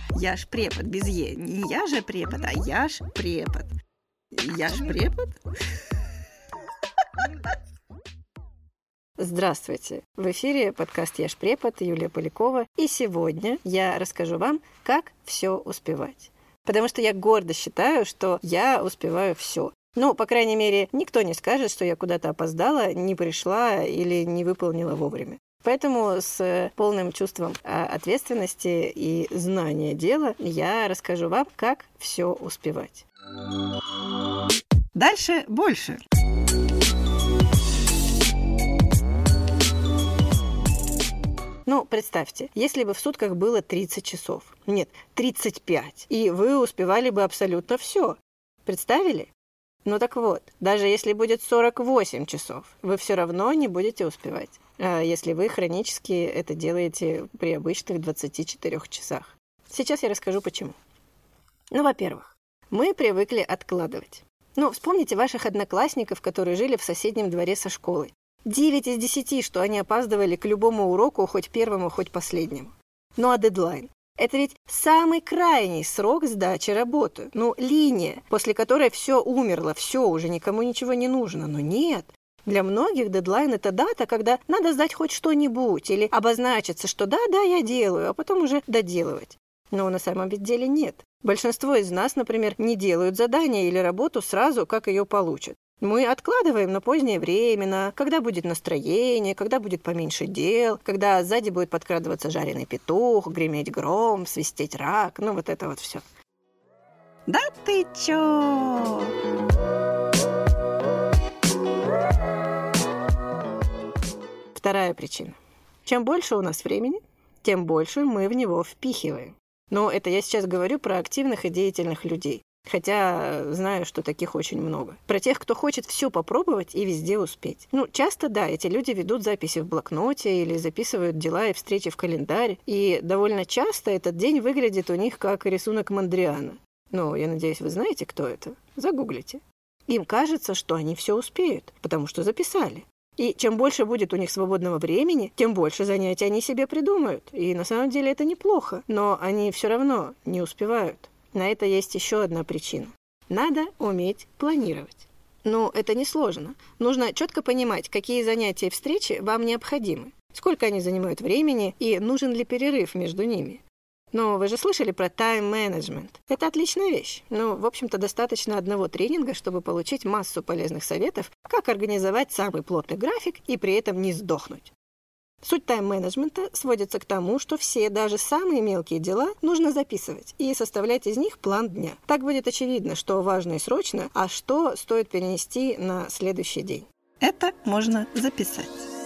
Я ж препод без «е». Не я же препод, а я ж препод. Я ж препод? Здравствуйте! В эфире подкаст «Я ж препод», Юлия Полякова. И сегодня я расскажу вам, как все успевать. Потому что я гордо считаю, что я успеваю все. Ну, по крайней мере, никто не скажет, что я куда-то опоздала, не пришла или не выполнила вовремя. Поэтому с полным чувством ответственности и знания дела я расскажу вам, как все успевать. Дальше больше. Ну, представьте, если бы в сутках было 30 часов, нет, 35, и вы успевали бы абсолютно все. Представили? Ну так вот, даже если будет 48 часов, вы все равно не будете успевать, если вы хронически это делаете при обычных 24 часах. Сейчас я расскажу, почему. Ну, во-первых, мы привыкли откладывать. Ну, вспомните ваших одноклассников, которые жили в соседнем дворе со школой. 9 из 10, что они опаздывали к любому уроку, хоть первому, хоть последнему. Ну а дедлайн? Это ведь самый крайний срок сдачи работы. Ну, линия, после которой все умерло, все, уже никому ничего не нужно. Но нет. Для многих дедлайн – это дата, когда надо сдать хоть что-нибудь или обозначиться, что да, я делаю, а потом уже доделывать. Но на самом деле нет. Большинство из нас, например, не делают задания или работу сразу, как ее получат. Мы откладываем на позднее время, когда будет настроение, когда будет поменьше дел, когда сзади будет подкрадываться жареный петух, греметь гром, свистеть рак, ну вот это вот все. Да ты чё? Вторая причина. Чем больше у нас времени, тем больше мы в него впихиваем. Но это я сейчас говорю про активных и деятельных людей. Хотя знаю, что таких очень много. Про тех, кто хочет все попробовать и везде успеть. Ну, часто, да, эти люди ведут записи в блокноте или записывают дела и встречи в календарь. И довольно часто этот день выглядит у них как рисунок Мондриана. Ну, я надеюсь, вы знаете, кто это? Загуглите. Им кажется, что они все успеют, потому что записали. И чем больше будет у них свободного времени, тем больше занятий они себе придумают. И на самом деле это неплохо, но они все равно не успевают. На это есть еще одна причина. Надо уметь планировать. Ну, это несложно. Нужно четко понимать, какие занятия и встречи вам необходимы, сколько они занимают времени и нужен ли перерыв между ними. Но вы же слышали про тайм-менеджмент. Это отличная вещь. Ну, в общем-то, достаточно одного тренинга, чтобы получить массу полезных советов, как организовать самый плотный график и при этом не сдохнуть. Суть тайм-менеджмента сводится к тому, что все, даже самые мелкие дела нужно записывать и составлять из них план дня. Так будет очевидно, что важно и срочно, а что стоит перенести на следующий день. Это можно записать.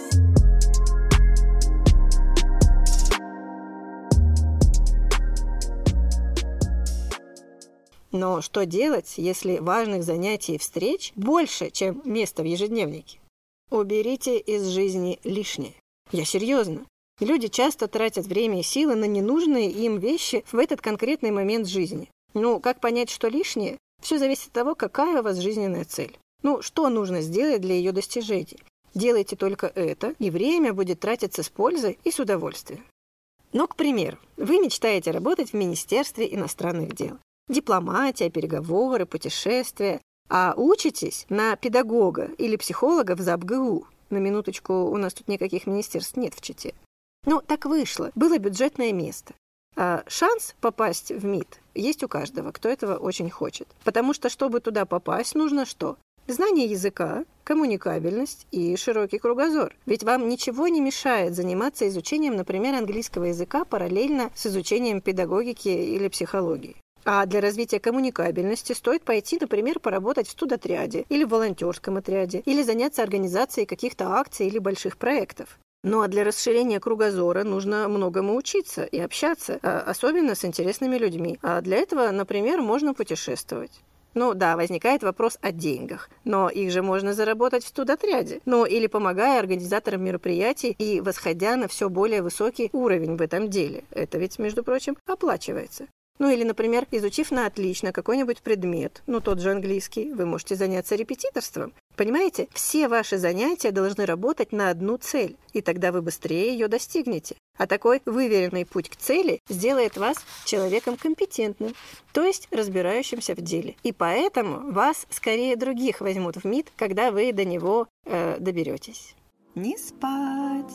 Но что делать, если важных занятий и встреч больше, чем места в ежедневнике? Уберите из жизни лишнее. Я серьезно. Люди часто тратят время и силы на ненужные им вещи в этот конкретный момент жизни. Ну, как понять, что лишнее? Все зависит от того, какая у вас жизненная цель. Ну, что нужно сделать для ее достижения? Делайте только это, и время будет тратиться с пользой и с удовольствием. Но, к примеру, вы мечтаете работать в Министерстве иностранных дел. Дипломатия, переговоры, путешествия. А учитесь на педагога или психолога в ЗАПГУ. На минуточку, у нас тут никаких министерств нет в Чите. Ну, так вышло. Было бюджетное место. А шанс попасть в МИД есть у каждого, кто этого очень хочет. Потому что, чтобы туда попасть, нужно что? Знание языка, коммуникабельность и широкий кругозор. Ведь вам ничего не мешает заниматься изучением, например, английского языка параллельно с изучением педагогики или психологии. А для развития коммуникабельности стоит пойти, например, поработать в студотряде или в волонтерском отряде, или заняться организацией каких-то акций или больших проектов. Ну а для расширения кругозора нужно многому учиться и общаться, особенно с интересными людьми. А для этого, например, можно путешествовать. Ну да, возникает вопрос о деньгах, но их же можно заработать в студотряде. Ну или помогая организаторам мероприятий и восходя на все более высокий уровень в этом деле. Это ведь, между прочим, оплачивается. Ну или, например, изучив на отлично какой-нибудь предмет, ну тот же английский, вы можете заняться репетиторством. Понимаете, все ваши занятия должны работать на одну цель, и тогда вы быстрее ее достигнете. А такой выверенный путь к цели сделает вас человеком компетентным, то есть разбирающимся в деле. И поэтому вас скорее других возьмут в МИД, когда вы до него доберетесь. Не спать!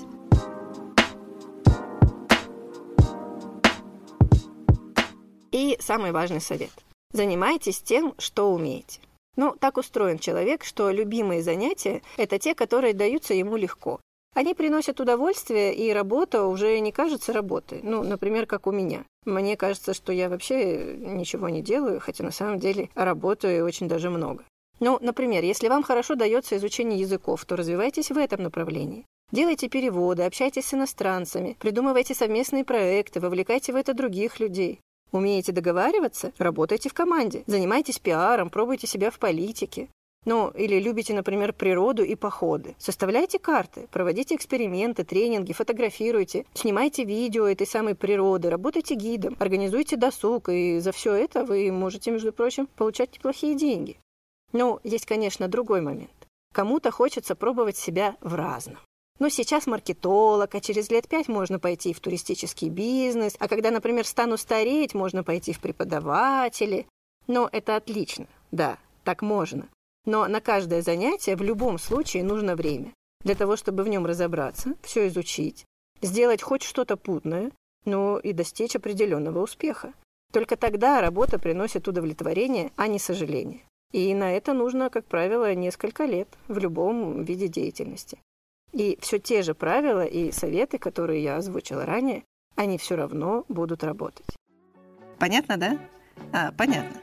И самый важный совет. Занимайтесь тем, что умеете. Так устроен человек, что любимые занятия – это те, которые даются ему легко. Они приносят удовольствие, и работа уже не кажется работой. Например, как у меня. Мне кажется, что я вообще ничего не делаю, хотя на самом деле работаю очень даже много. Например, если вам хорошо дается изучение языков, то развивайтесь в этом направлении. Делайте переводы, общайтесь с иностранцами, придумывайте совместные проекты, вовлекайте в это других людей. Умеете договариваться? Работайте в команде. Занимайтесь пиаром, пробуйте себя в политике. Или любите, например, природу и походы. Составляйте карты, проводите эксперименты, тренинги, фотографируйте, снимайте видео этой самой природы, работайте гидом, организуйте досуг, и за все это вы можете, между прочим, получать неплохие деньги. Есть, конечно, другой момент. Кому-то хочется пробовать себя в разном. Сейчас маркетолог, а через лет 5 можно пойти в туристический бизнес, а когда, например, стану стареть, можно пойти в преподаватели. Это отлично, да, так можно. Но на каждое занятие в любом случае нужно время. Для того, чтобы в нем разобраться, все изучить, сделать хоть что-то путное, и достичь определенного успеха. Только тогда работа приносит удовлетворение, а не сожаление. И на это нужно, как правило, несколько лет в любом виде деятельности. И все те же правила и советы, которые я озвучила ранее, они все равно будут работать. Понятно, да? Понятно.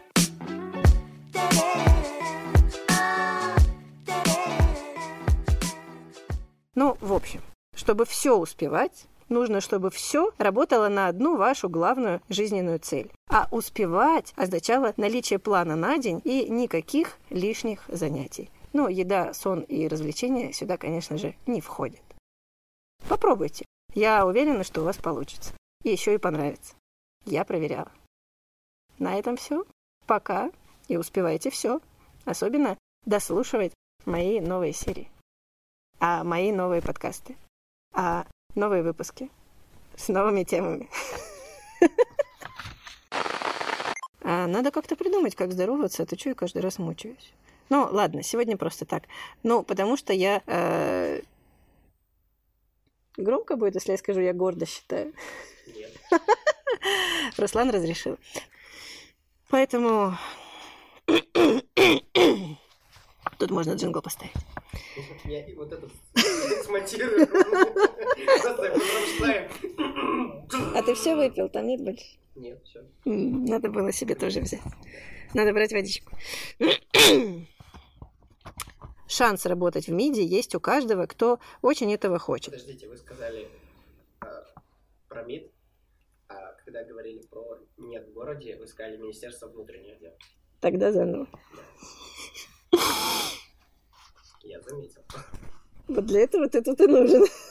В общем, чтобы все успевать, нужно, чтобы все работало на одну вашу главную жизненную цель. А успевать означало наличие плана на день и никаких лишних занятий. Еда, сон и развлечения сюда, конечно же, не входят. Попробуйте. Я уверена, что у вас получится. И еще и понравится. Я проверяла. На этом все. Пока. И успевайте все. Особенно дослушивать мои новые серии. Мои новые подкасты. Новые выпуски. С новыми темами. Надо как-то придумать, как здороваться. А то что я каждый раз мучаюсь? Ладно, сегодня просто так. Потому что я... Громко будет, если я скажу, я гордо считаю. Нет. Руслан разрешил. Поэтому... Тут можно джингл поставить. Я вот это смонтирую. Просто прочитаем. А ты все выпил? Там нет больше? Нет, все. Надо было себе тоже взять. Надо брать водичку. Шанс работать в МИДе есть у каждого, кто очень этого хочет. Подождите, вы сказали про МИД, а когда говорили про «нет» в городе, вы сказали Министерство внутренних дел. Тогда заново. Я заметил. Вот для этого ты тут и нужен.